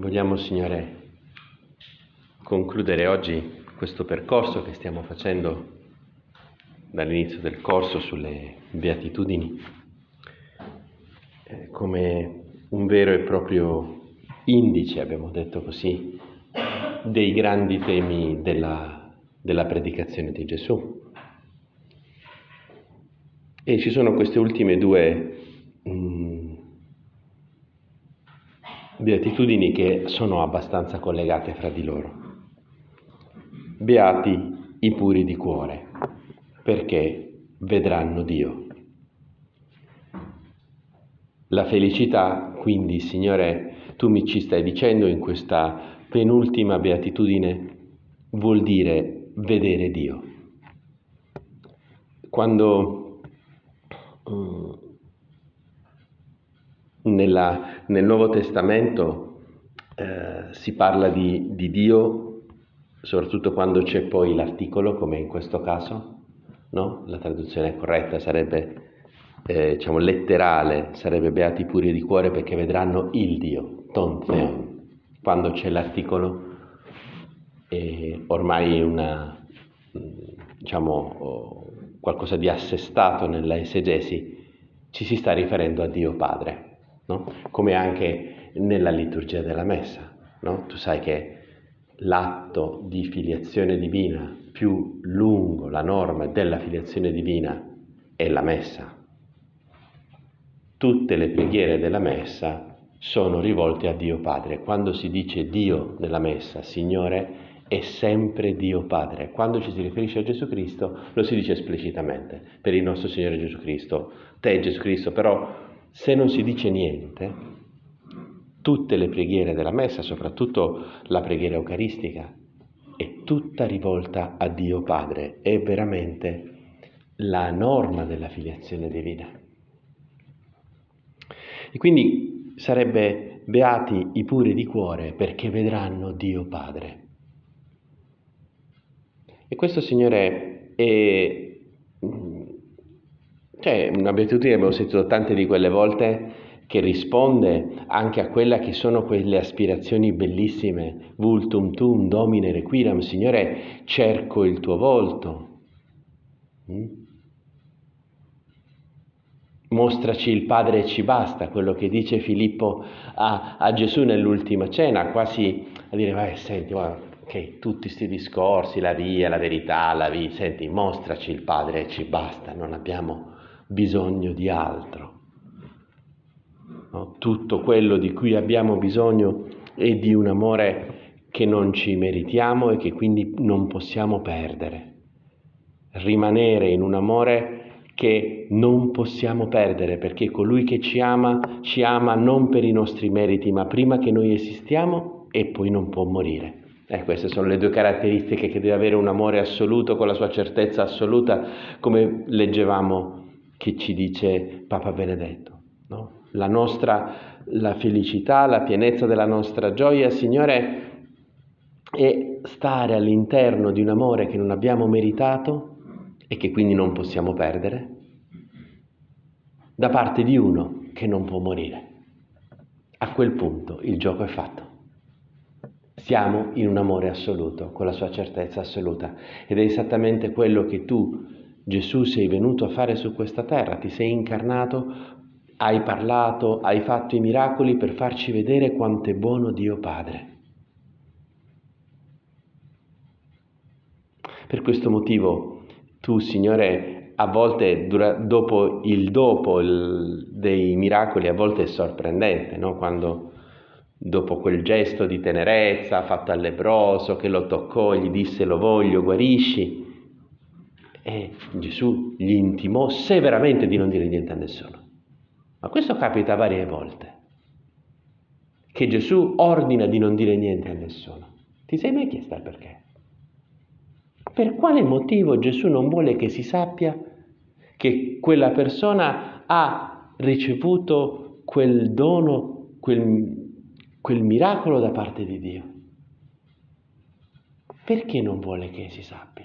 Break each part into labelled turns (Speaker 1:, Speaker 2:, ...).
Speaker 1: Vogliamo, Signore, concludere oggi questo percorso che stiamo facendo dall'inizio del corso sulle beatitudini come un vero e proprio indice, abbiamo detto così, dei grandi temi della predicazione di Gesù. E ci sono queste ultime due beatitudini che sono abbastanza collegate fra di loro. Beati i puri di cuore, perché vedranno Dio. La felicità, quindi, Signore, tu mi ci stai dicendo in questa penultima beatitudine, vuol dire vedere Dio. Quando nel Nuovo Testamento si parla di Dio, soprattutto quando c'è poi l'articolo, come in questo caso, no? La traduzione corretta sarebbe, letterale, sarebbe beati puri di cuore perché vedranno il Dio, ton theon. Quando c'è l'articolo, ormai è qualcosa di assestato nella esegesi, ci si sta riferendo a Dio Padre. No? Come anche nella liturgia della Messa, no? Tu sai che l'atto di filiazione divina più lungo, la norma della filiazione divina è la Messa. Tutte le preghiere della Messa sono rivolte a Dio Padre. Quando si dice Dio nella Messa, Signore, è sempre Dio Padre. Quando ci si riferisce a Gesù Cristo lo si dice esplicitamente, per il nostro Signore Gesù Cristo, te Gesù Cristo, però se non si dice niente, tutte le preghiere della Messa, soprattutto la preghiera eucaristica, è tutta rivolta a Dio Padre, è veramente la norma della filiazione divina. E quindi sarebbe beati i puri di cuore perché vedranno Dio Padre. E questo, Signore, è una beatitudine, abbiamo sentito tante di quelle volte, che risponde anche a quella che sono quelle aspirazioni bellissime, vultum tuum domine requiram, Signore, cerco il tuo volto. Mostraci il Padre e ci basta, quello che dice Filippo a Gesù nell'ultima cena, quasi a dire, senti, ok, tutti questi discorsi, la via, la verità, la vita, senti, mostraci il Padre e ci basta, non abbiamo bisogno di altro. No? Tutto quello di cui abbiamo bisogno è di un amore che non ci meritiamo e che quindi non possiamo perdere. Rimanere in un amore che non possiamo perdere, perché colui che ci ama non per i nostri meriti, ma prima che noi esistiamo e poi non può morire. Queste sono le due caratteristiche che deve avere un amore assoluto, con la sua certezza assoluta, come leggevamo che ci dice Papa Benedetto. No? La felicità, la pienezza della nostra gioia, Signore, è stare all'interno di un amore che non abbiamo meritato e che quindi non possiamo perdere, da parte di uno che non può morire. A quel punto il gioco è fatto. Siamo in un amore assoluto, con la sua certezza assoluta, ed è esattamente quello che tu, Gesù, sei venuto a fare su questa terra. Ti sei incarnato, hai parlato, hai fatto i miracoli per farci vedere quanto è buono Dio Padre. Per questo motivo tu, Signore, a volte dopo dei miracoli, a volte è sorprendente, no? Quando dopo quel gesto di tenerezza fatto al leproso, che lo toccò e gli disse lo voglio, guarisci, e Gesù gli intimò severamente di non dire niente a nessuno. Ma questo capita varie volte, che Gesù ordina di non dire niente a nessuno. Ti sei mai chiesto il perché? Per quale motivo Gesù non vuole che si sappia che quella persona ha ricevuto quel dono, quel miracolo da parte di Dio? Perché non vuole che si sappia?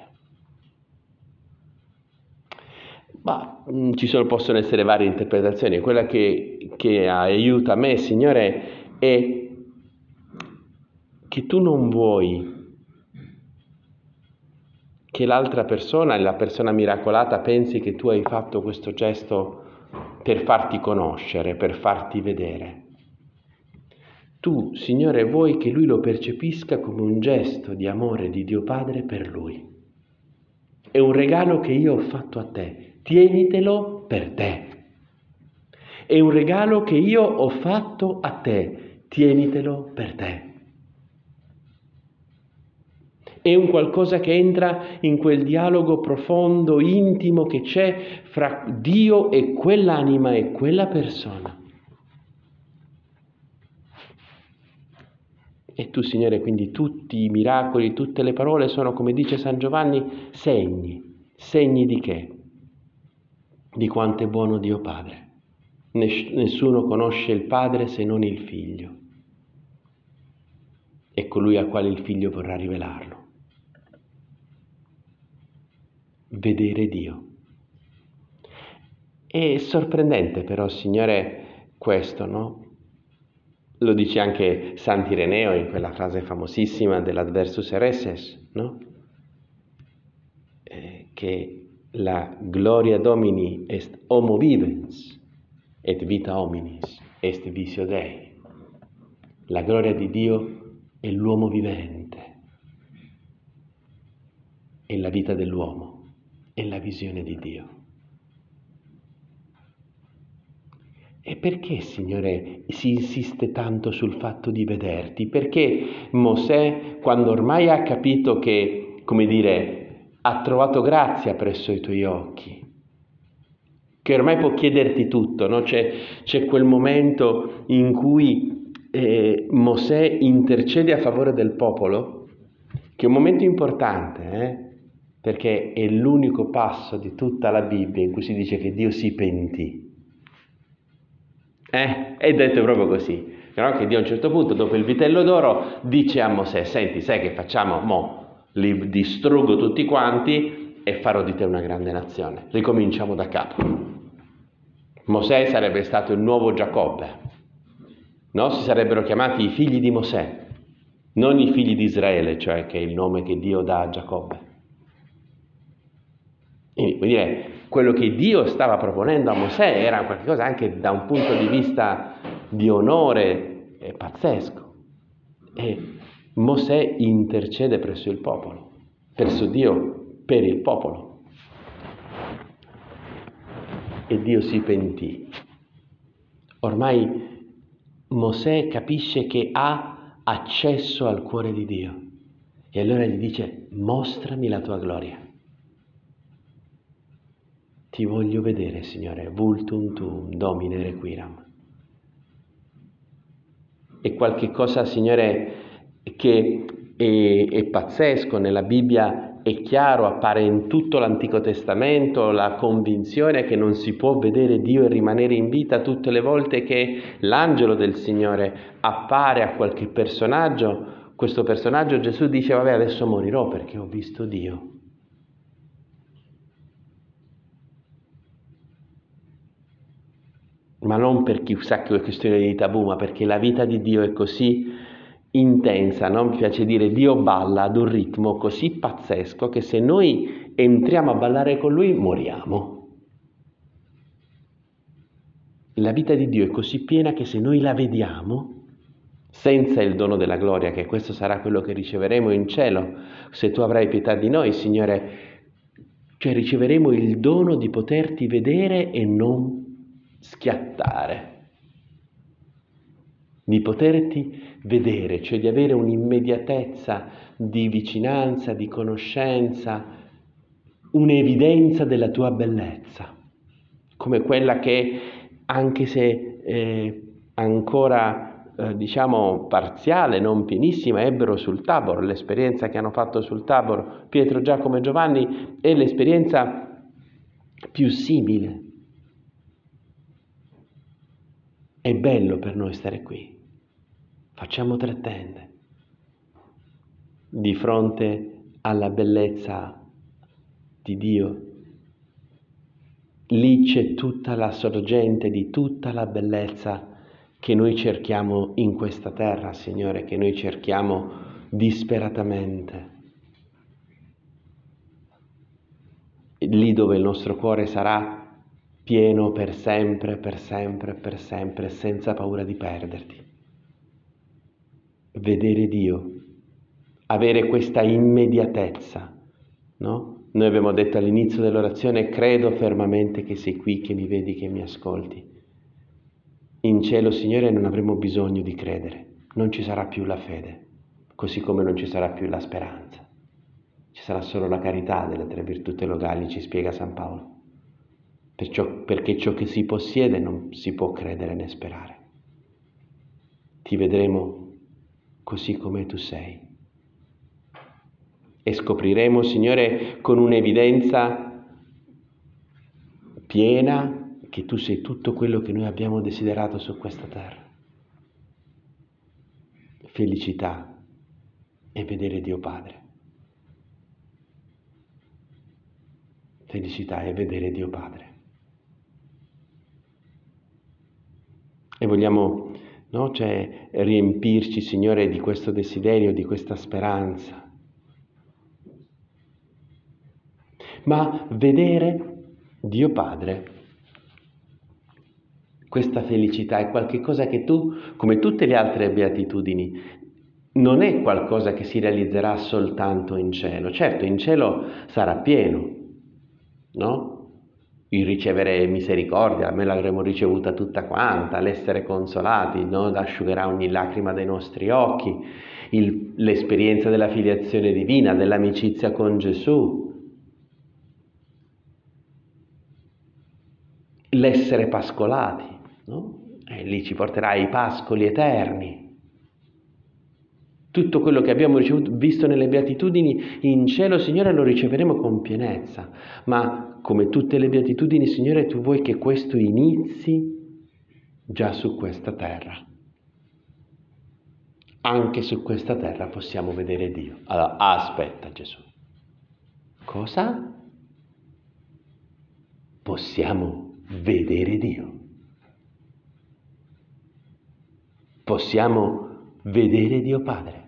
Speaker 1: Possono essere varie interpretazioni. Quella che aiuta me, Signore, è che tu non vuoi che l'altra persona, la persona miracolata, pensi che tu hai fatto questo gesto per farti conoscere, per farti vedere. Tu, Signore, vuoi che lui lo percepisca come un gesto di amore di Dio Padre per lui. È un regalo che io ho fatto a te, tienitelo per te. È un regalo che io ho fatto a te, tienitelo per te. È un qualcosa che entra in quel dialogo profondo, intimo che c'è fra Dio e quell'anima e quella persona. E tu, Signore, quindi tutti i miracoli, tutte le parole sono, come dice San Giovanni, segni di che? Di quanto è buono Dio Padre. Nessuno conosce il Padre se non il Figlio e colui al quale il Figlio vorrà rivelarlo. Vedere Dio. È sorprendente però, Signore, questo, no? Lo dice anche Sant'Ireneo in quella frase famosissima dell'Adversus Ereses, no? Che la gloria Domini est homo vivens et vita hominis est visio Dei. La gloria di Dio è l'uomo vivente, è la vita dell'uomo, è la visione di Dio. E perché, Signore, si insiste tanto sul fatto di vederti? Perché Mosè, quando ormai ha capito che, come dire, ha trovato grazia presso i tuoi occhi, che ormai può chiederti tutto, no? C'è quel momento in cui Mosè intercede a favore del popolo, che è un momento importante, perché è l'unico passo di tutta la Bibbia in cui si dice che Dio si pentì. È detto proprio così, però che Dio a un certo punto, dopo il vitello d'oro, dice a Mosè: senti, sai che facciamo? Mo li distruggo tutti quanti e farò di te una grande nazione. Ricominciamo da capo. Mosè sarebbe stato il nuovo Giacobbe, no? Si sarebbero chiamati i figli di Mosè, non i figli di Israele, cioè che è il nome che Dio dà a Giacobbe. Quindi, vuol dire, quello che Dio stava proponendo a Mosè era qualcosa anche da un punto di vista di onore pazzesco. E Mosè intercede presso il popolo, presso Dio per il popolo. E Dio si pentì. Ormai Mosè capisce che ha accesso al cuore di Dio. E allora gli dice: mostrami la tua gloria. Ti voglio vedere, Signore, vultum tuum, Domine requiram. È qualche cosa, Signore, che è pazzesco. Nella Bibbia è chiaro, appare in tutto l'Antico Testamento la convinzione che non si può vedere Dio e rimanere in vita. Tutte le volte che l'angelo del Signore appare a qualche personaggio, questo personaggio Gesù dice: vabbè, adesso morirò perché ho visto Dio. Ma non per chissà che questione di tabù, ma perché la vita di Dio è così intensa, no? Mi piace dire, Dio balla ad un ritmo così pazzesco che se noi entriamo a ballare con Lui moriamo. La vita di Dio è così piena che se noi la vediamo, senza il dono della gloria, che questo sarà quello che riceveremo in cielo, se tu avrai pietà di noi, Signore, cioè riceveremo il dono di poterti vedere e non schiattare, di poterti vedere, cioè di avere un'immediatezza di vicinanza, di conoscenza, un'evidenza della tua bellezza, come quella che, anche se ancora diciamo parziale, non pienissima, ebbero sul Tabor. L'esperienza che hanno fatto sul Tabor Pietro, Giacomo e Giovanni è l'esperienza più simile. È bello per noi stare qui. Facciamo 3 tende di fronte alla bellezza di Dio. Lì c'è tutta la sorgente di tutta la bellezza che noi cerchiamo in questa terra, Signore, che noi cerchiamo disperatamente. Lì dove il nostro cuore sarà pieno per sempre, per sempre, per sempre, senza paura di perderti. Vedere Dio, avere questa immediatezza, no? Noi abbiamo detto all'inizio dell'orazione: credo fermamente che sei qui, che mi vedi, che mi ascolti. In cielo, Signore, non avremo bisogno di credere, non ci sarà più la fede, così come non ci sarà più la speranza. Ci sarà solo la carità delle tre virtù teologali, ci spiega San Paolo. Perché ciò che si possiede non si può credere né sperare. Ti vedremo così come tu sei. E scopriremo, Signore, con un'evidenza piena che tu sei tutto quello che noi abbiamo desiderato su questa terra. Felicità e vedere Dio Padre. Felicità e vedere Dio Padre. E vogliamo, no, riempirci, Signore, di questo desiderio, di questa speranza. Ma vedere Dio Padre, questa felicità è qualcosa che tu, come tutte le altre beatitudini, non è qualcosa che si realizzerà soltanto in cielo. Certo, in cielo sarà pieno, no? Il ricevere misericordia, noi l'avremo ricevuta tutta quanta, l'essere consolati, no? Asciugherà ogni lacrima dai nostri occhi, l'esperienza della filiazione divina, dell'amicizia con Gesù, l'essere pascolati, no? E lì ci porterà ai pascoli eterni. Tutto quello che abbiamo visto nelle beatitudini in cielo, Signore, lo riceveremo con pienezza. Ma come tutte le beatitudini, Signore, tu vuoi che questo inizi già su questa terra. Anche su questa terra possiamo vedere Dio. Allora, aspetta Gesù. Cosa? Possiamo vedere Dio. Possiamo vedere Dio Padre.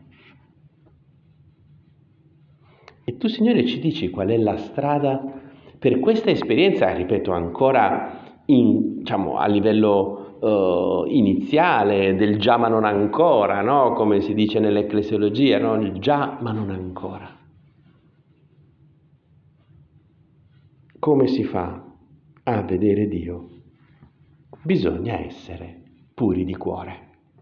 Speaker 1: E tu, Signore, ci dici qual è la strada per questa esperienza, ripeto, ancora a livello iniziale, del già ma non ancora, no? Come si dice nell'ecclesiologia, no? Il già ma non ancora. Come si fa a vedere Dio? Bisogna essere puri di cuore.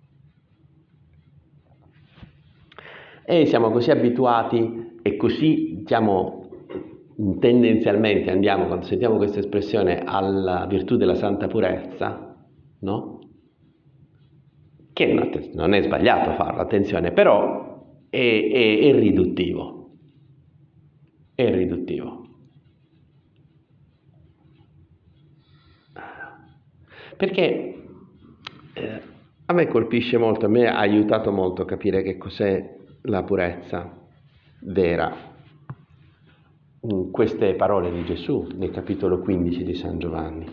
Speaker 1: E siamo così abituati e così, tendenzialmente andiamo, quando sentiamo questa espressione, alla virtù della santa purezza, no? Che non è sbagliato farlo, attenzione, però è riduttivo. È riduttivo. Perché a me colpisce molto, a me ha aiutato molto a capire che cos'è la purezza vera. Queste parole di Gesù nel capitolo 15 di San Giovanni.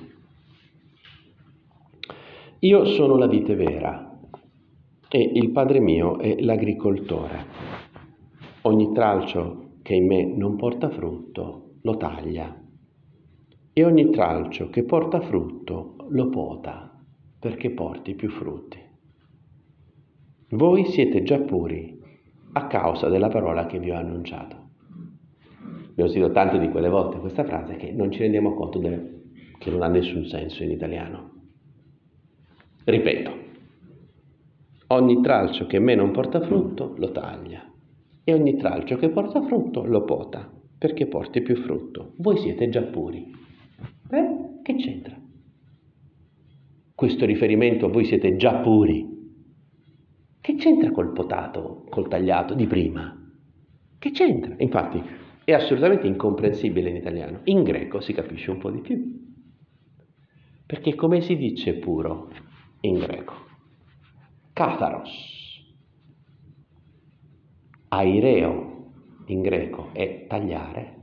Speaker 1: Io sono la vite vera e il Padre mio è l'agricoltore. Ogni tralcio che in me non porta frutto lo taglia e ogni tralcio che porta frutto lo pota perché porti più frutti. Voi siete già puri a causa della parola che vi ho annunciato. Abbiamo sentito tante di quelle volte questa frase che non ci rendiamo conto che non ha nessun senso in italiano. Ripeto, ogni tralcio che in me non porta frutto lo taglia e ogni tralcio che porta frutto lo pota perché porti più frutto. Voi siete già puri. Che c'entra? Questo riferimento, voi siete già puri. Che c'entra col potato, col tagliato di prima? Che c'entra? Infatti è assolutamente incomprensibile in italiano. In greco si capisce un po' di più. Perché come si dice puro in greco? Katharos. Aireo in greco è tagliare.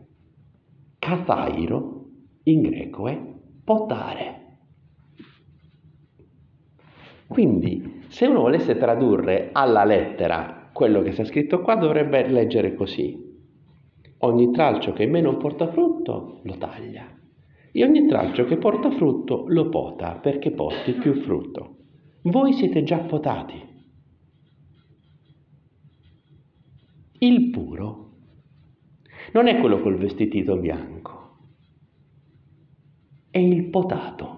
Speaker 1: Kathairo in greco è potare. Quindi, se uno volesse tradurre alla lettera quello che sta scritto qua, dovrebbe leggere così: ogni tralcio che in me non porta frutto lo taglia, e ogni tralcio che porta frutto lo pota perché porti più frutto. Voi siete già potati. Il puro non è quello col vestitino bianco, è il potato.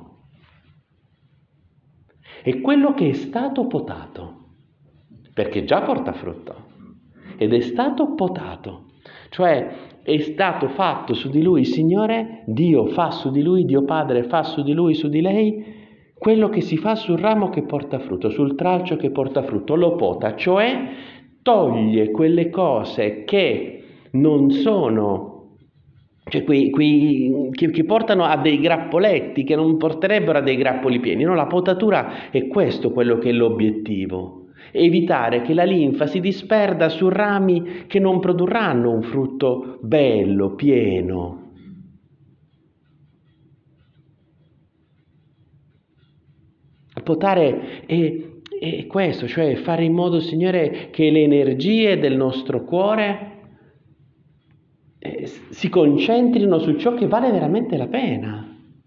Speaker 1: È quello che è stato potato, perché già porta frutto, ed è stato potato, cioè è stato fatto su di lui, Signore, Dio fa su di lui, Dio Padre fa su di lui, su di lei, quello che si fa sul ramo che porta frutto, sul tralcio che porta frutto, lo pota, cioè toglie quelle cose che non sono, cioè che portano a dei grappoletti, che non porterebbero a dei grappoli pieni. No, la potatura è questo quello che è l'obiettivo: evitare che la linfa si disperda su rami che non produrranno un frutto bello, pieno. Potare è questo, cioè fare in modo, Signore, che le energie del nostro cuore si concentrino su ciò che vale veramente la pena.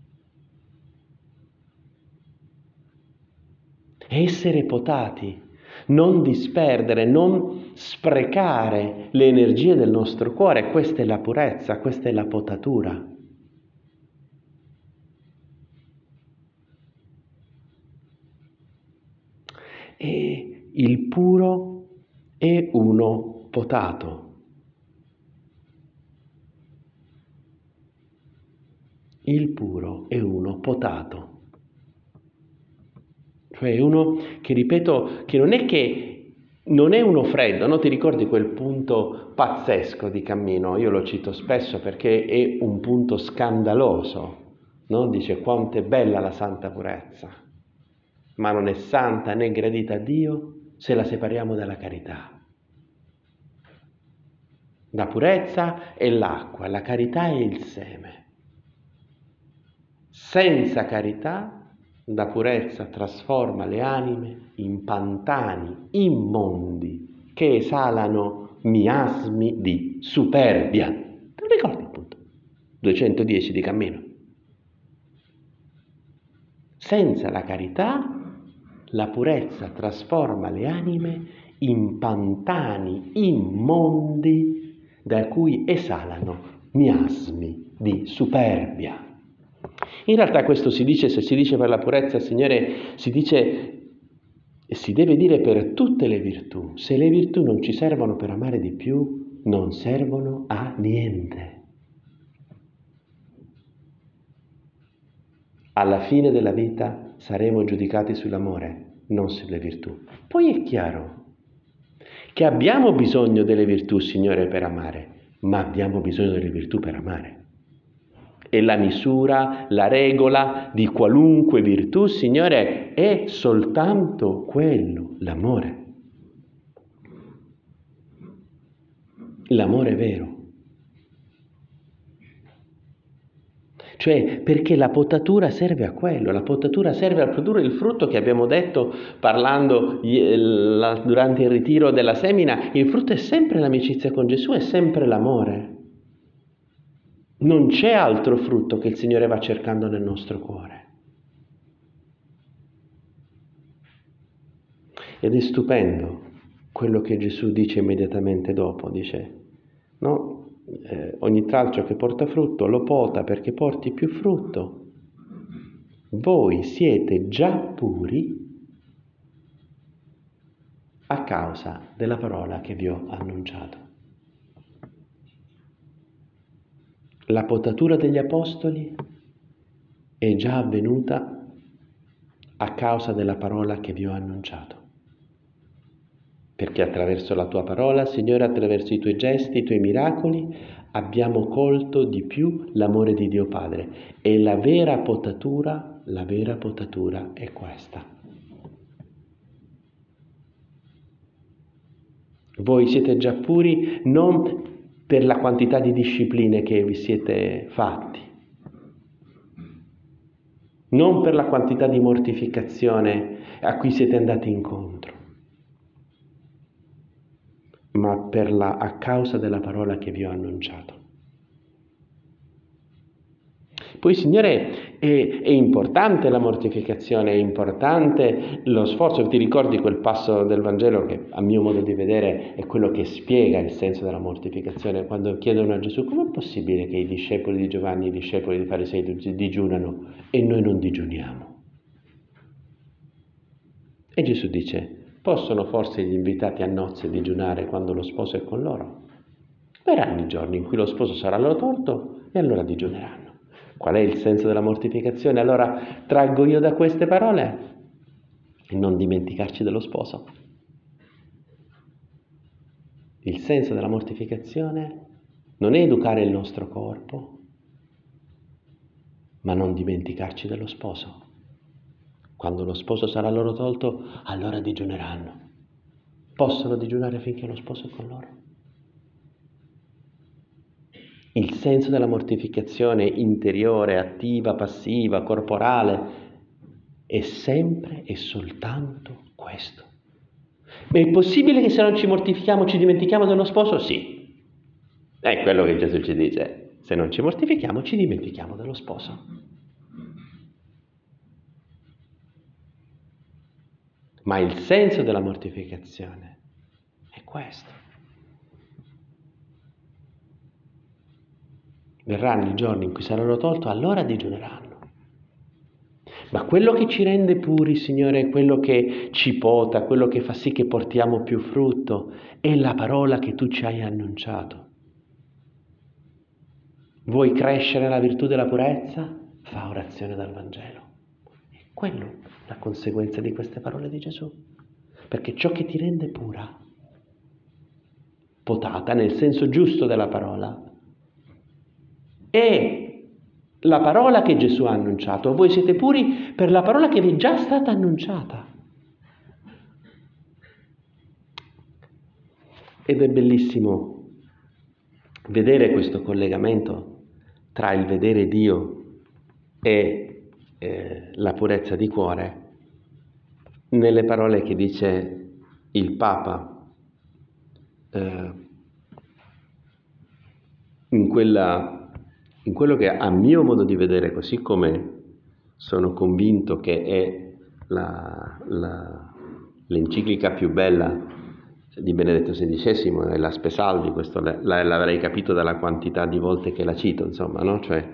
Speaker 1: Essere potati, non disperdere, non sprecare le energie del nostro cuore. Questa è la purezza, questa è la potatura. E il puro è uno potato. Il puro è uno potato. Cioè uno che, ripeto, che non è uno freddo, no? Ti ricordi quel punto pazzesco di cammino? Io lo cito spesso perché è un punto scandaloso, no? Dice: quanto è bella la santa purezza, ma non è santa né gradita a Dio se la separiamo dalla carità. La purezza è l'acqua, la carità è il seme. Senza carità la purezza trasforma le anime in pantani immondi che esalano miasmi di superbia. Te lo ricordi il punto? 210 di cammino. Senza la carità la purezza trasforma le anime in pantani immondi da cui esalano miasmi di superbia. In realtà questo si dice, se si dice per la purezza, Signore, si dice e si deve dire per tutte le virtù. Se le virtù non ci servono per amare di più, non servono a niente. Alla fine della vita saremo giudicati sull'amore, non sulle virtù. Poi è chiaro che abbiamo bisogno delle virtù, Signore, per amare, ma abbiamo bisogno delle virtù per amare. E la misura, la regola di qualunque virtù, Signore, è soltanto quello, l'amore. L'amore vero. Cioè, perché la potatura serve a quello, la potatura serve a produrre il frutto che abbiamo detto parlando durante il ritiro della semina. Il frutto è sempre l'amicizia con Gesù, è sempre l'amore. Non c'è altro frutto che il Signore va cercando nel nostro cuore. Ed è stupendo quello che Gesù dice immediatamente dopo, dice, no? Ogni tralcio che porta frutto lo pota perché porti più frutto. Voi siete già puri a causa della parola che vi ho annunciato. La potatura degli apostoli è già avvenuta a causa della parola che vi ho annunciato. Perché attraverso la tua parola, Signore, attraverso i tuoi gesti, i tuoi miracoli, abbiamo colto di più l'amore di Dio Padre. E la vera potatura è questa. Voi siete già puri non per la quantità di discipline che vi siete fatti, non per la quantità di mortificazione a cui siete andati incontro, ma a causa della parola che vi ho annunciato. Poi, Signore, è importante la mortificazione, è importante lo sforzo. Ti ricordi quel passo del Vangelo che, a mio modo di vedere, è quello che spiega il senso della mortificazione, quando chiedono a Gesù: com'è possibile che i discepoli di Giovanni, i discepoli dei Farisei digiunano e noi non digiuniamo? E Gesù dice: possono forse gli invitati a nozze digiunare quando lo sposo è con loro? Verranno i giorni in cui lo sposo sarà loro tolto e allora digiuneranno. Qual è il senso della mortificazione? Allora traggo io da queste parole: e non dimenticarci dello sposo. Il senso della mortificazione non è educare il nostro corpo, ma non dimenticarci dello sposo. Quando lo sposo sarà loro tolto, allora digiuneranno. Possono digiunare finché lo sposo è con loro. Il senso della mortificazione interiore, attiva, passiva, corporale, è sempre e soltanto questo. Ma è possibile che se non ci mortifichiamo ci dimentichiamo dello sposo? Sì. È quello che Gesù ci dice. Se non ci mortifichiamo ci dimentichiamo dello sposo. Ma il senso della mortificazione è questo. Verranno i giorni in cui saranno tolto, allora digiuneranno. Ma quello che ci rende puri, Signore, quello che ci pota, quello che fa sì che portiamo più frutto, è la parola che Tu ci hai annunciato. Vuoi crescere nella virtù della purezza? Fa orazione dal Vangelo. È quello la conseguenza di queste parole di Gesù. Perché ciò che ti rende pura, potata nel senso giusto della parola, è la parola che Gesù ha annunciato. Voi siete puri per la parola che vi è già stata annunciata. Ed è bellissimo vedere questo collegamento tra il vedere Dio e la purezza di cuore nelle parole che dice il Papa in quello che, a mio modo di vedere, così come sono convinto che è l'enciclica più bella di Benedetto XVI, è la Spesalvi, questo l'avrei capito dalla quantità di volte che la cito, insomma, no? Cioè,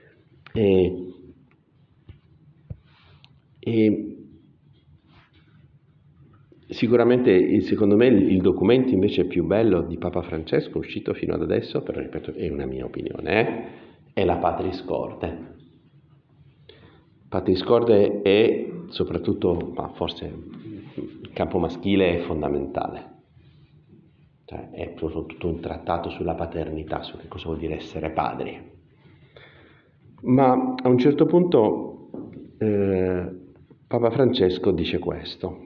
Speaker 1: sicuramente, secondo me, il documento invece più bello di Papa Francesco, uscito fino ad adesso, però ripeto, è una mia opinione, è la Patris Corde. Patris Corde è soprattutto, ma forse il campo maschile è fondamentale. Cioè, è proprio tutto un trattato sulla paternità, su che cosa vuol dire essere padri. Ma a un certo punto Papa Francesco dice questo: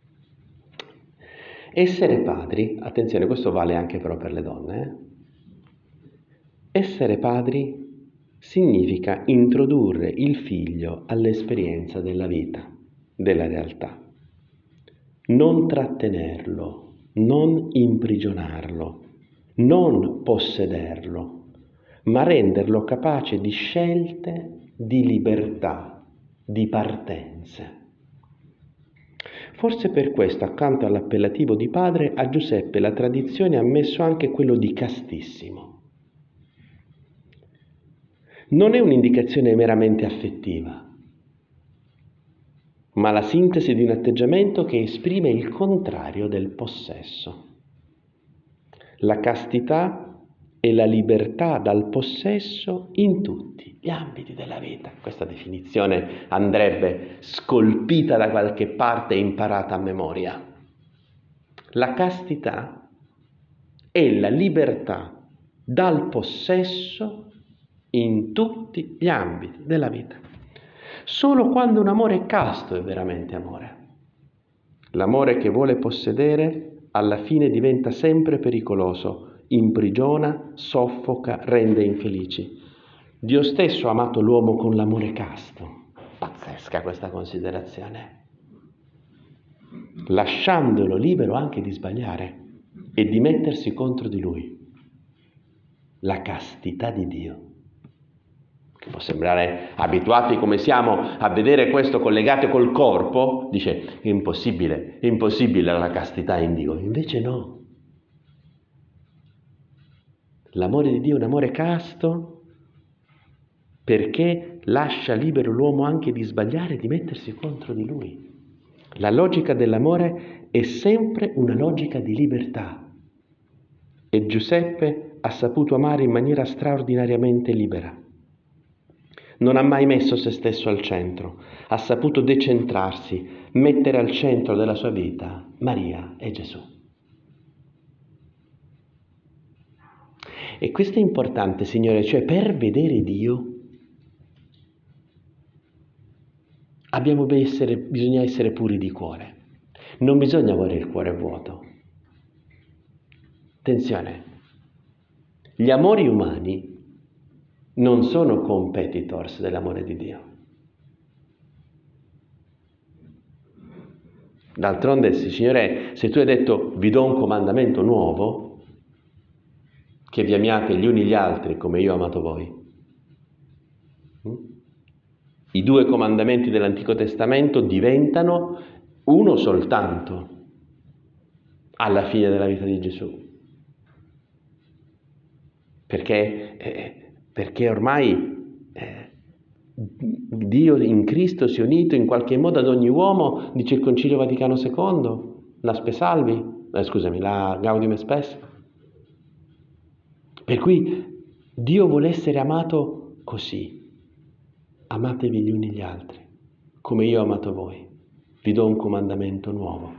Speaker 1: essere padri, attenzione, questo vale anche però per le donne, essere padri significa introdurre il figlio all'esperienza della vita, della realtà, non trattenerlo, non imprigionarlo, non possederlo, ma renderlo capace di scelte, di libertà, di partenze. Forse per questo, accanto all'appellativo di padre, a Giuseppe la tradizione ha messo anche quello di castissimo. Non è un'indicazione meramente affettiva, ma la sintesi di un atteggiamento che esprime il contrario del possesso. La castità è la libertà dal possesso in tutti gli ambiti della vita. Questa definizione andrebbe scolpita da qualche parte e imparata a memoria. La castità è la libertà dal possesso in tutti gli ambiti della vita. Solo quando un amore è casto è veramente amore. L'amore che vuole possedere alla fine diventa sempre pericoloso, imprigiona, soffoca, rende infelici. Dio stesso ha amato l'uomo con l'amore casto. Pazzesco. pazzesca questa considerazione. Lasciandolo libero anche di sbagliare e di mettersi contro di lui. La castità di Dio. Che può sembrare, abituati come siamo a vedere questo collegato col corpo, dice è impossibile la castità in Dio. Invece no. L'amore di Dio è un amore casto perché lascia libero l'uomo anche di sbagliare e di mettersi contro di lui. La logica dell'amore è sempre una logica di libertà. E Giuseppe ha saputo amare in maniera straordinariamente libera. Non ha mai messo se stesso al centro, ha saputo decentrarsi, mettere al centro della sua vita Maria e Gesù. E questo è importante, Signore, cioè per vedere Dio bisogna essere puri di cuore. Non bisogna avere il cuore vuoto. Attenzione, gli amori umani non sono competitors dell'amore di Dio. D'altronde, Signore, se tu hai detto vi do un comandamento nuovo, che vi amiate gli uni gli altri come io ho amato voi. I 2 comandamenti dell'Antico Testamento diventano uno soltanto alla fine della vita di Gesù. Perché ormai Dio in Cristo si è unito in qualche modo ad ogni uomo, dice il Concilio Vaticano II, la Gaudium et Spes. Per cui Dio vuole essere amato così. Amatevi gli uni gli altri, come io ho amato voi. Vi do un comandamento nuovo.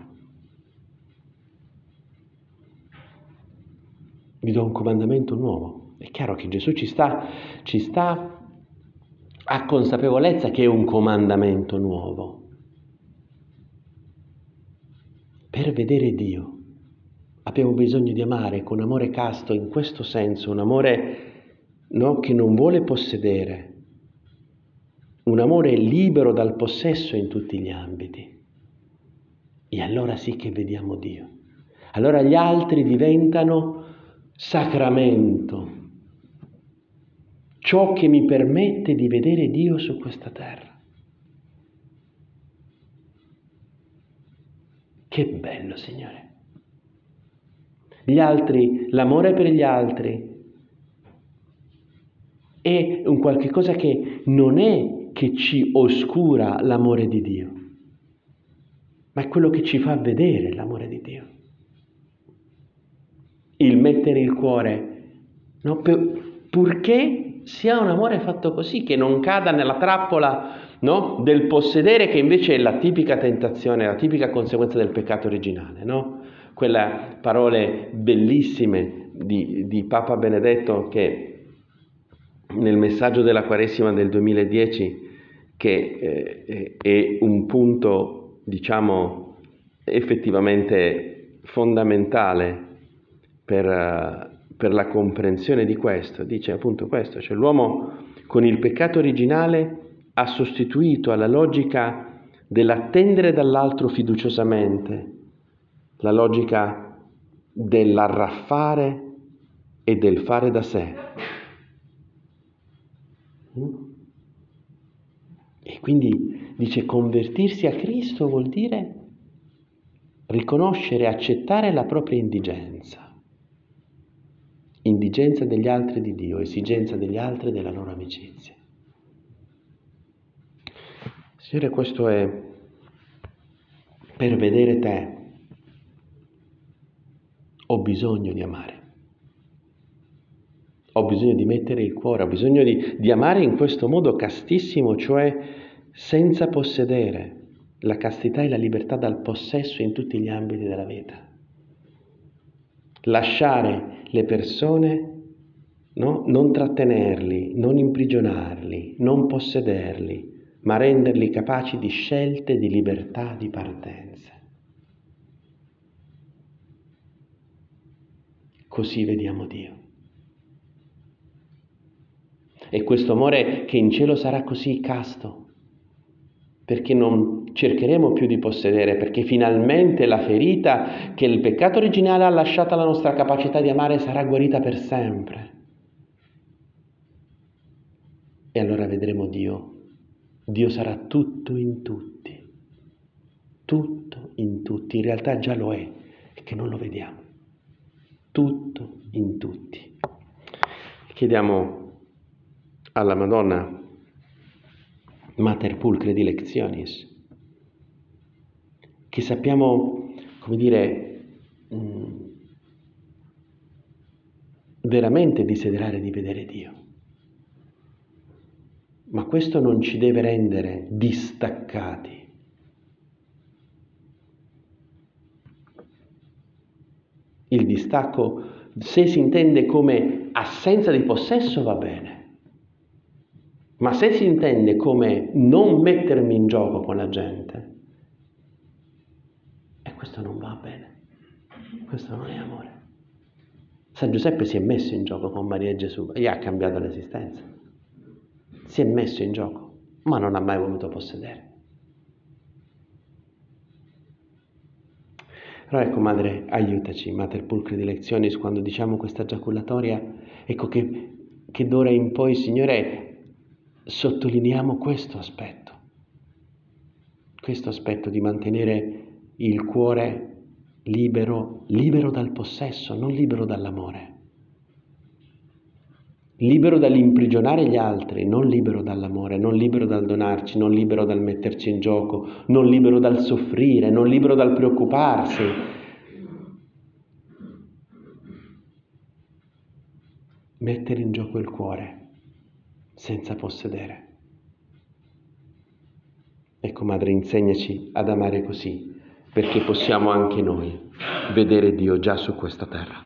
Speaker 1: Vi do un comandamento nuovo. È chiaro che Gesù ci sta a consapevolezza che è un comandamento nuovo. Per vedere Dio abbiamo bisogno di amare con amore casto in questo senso, un amore che non vuole possedere, un amore libero dal possesso in tutti gli ambiti. E allora sì che vediamo Dio. Allora gli altri diventano sacramento, ciò che mi permette di vedere Dio su questa terra. Che bello, Signore. Gli altri, l'amore per gli altri è un qualche cosa che non è che ci oscura l'amore di Dio, ma è quello che ci fa vedere l'amore di Dio. Il mettere il cuore, purché sia un amore fatto così, che non cada nella trappola del possedere, che invece è la tipica tentazione, la tipica conseguenza del peccato originale, Quelle parole bellissime di Papa Benedetto, che nel messaggio della Quaresima del 2010, che è un punto, effettivamente fondamentale per la comprensione di questo, dice appunto questo, cioè l'uomo con il peccato originale ha sostituito alla logica dell'attendere dall'altro fiduciosamente la logica dell'arraffare e del fare da sé. E quindi dice convertirsi a Cristo vuol dire riconoscere e accettare la propria indigenza degli altri di Dio, esigenza degli altri della loro amicizia. Signore, questo è per vedere te. Ho bisogno di amare. Ho bisogno di mettere il cuore, ho bisogno di amare in questo modo castissimo, cioè senza possedere. La castità e la libertà dal possesso in tutti gli ambiti della vita. Lasciare le persone, non trattenerli, non imprigionarli, non possederli, ma renderli capaci di scelte, di libertà, di partenze. Così vediamo Dio. E questo amore che in cielo sarà così casto, perché non cercheremo più di possedere, perché finalmente la ferita che il peccato originale ha lasciato alla nostra capacità di amare sarà guarita per sempre. E allora vedremo Dio. Dio sarà tutto in tutti. Tutto in tutti. In realtà già lo è, è che non lo vediamo. Tutto in tutti. Chiediamo alla Madonna, Mater Pulchre Dilectionis, che sappiamo, come dire, veramente desiderare di vedere Dio. Ma questo non ci deve rendere distaccati. Il distacco, se si intende come assenza di possesso, va bene. Ma se si intende come non mettermi in gioco con la gente, questo non va bene. Questo non è amore. San Giuseppe si è messo in gioco con Maria e Gesù e gli ha cambiato l'esistenza. Si è messo in gioco, ma non ha mai voluto possedere. Allora ecco, Madre, aiutaci, Mater Pulchre Dilectionis, quando diciamo questa giaculatoria, ecco che d'ora in poi, Signore, sottolineiamo questo aspetto di mantenere il cuore libero dal possesso, non libero dall'amore. Libero dall'imprigionare gli altri, non libero dall'amore, non libero dal donarci, non libero dal metterci in gioco, non libero dal soffrire, non libero dal preoccuparsi. Mettere in gioco il cuore senza possedere. Ecco, Madre, insegnaci ad amare così, perché possiamo anche noi vedere Dio già su questa terra.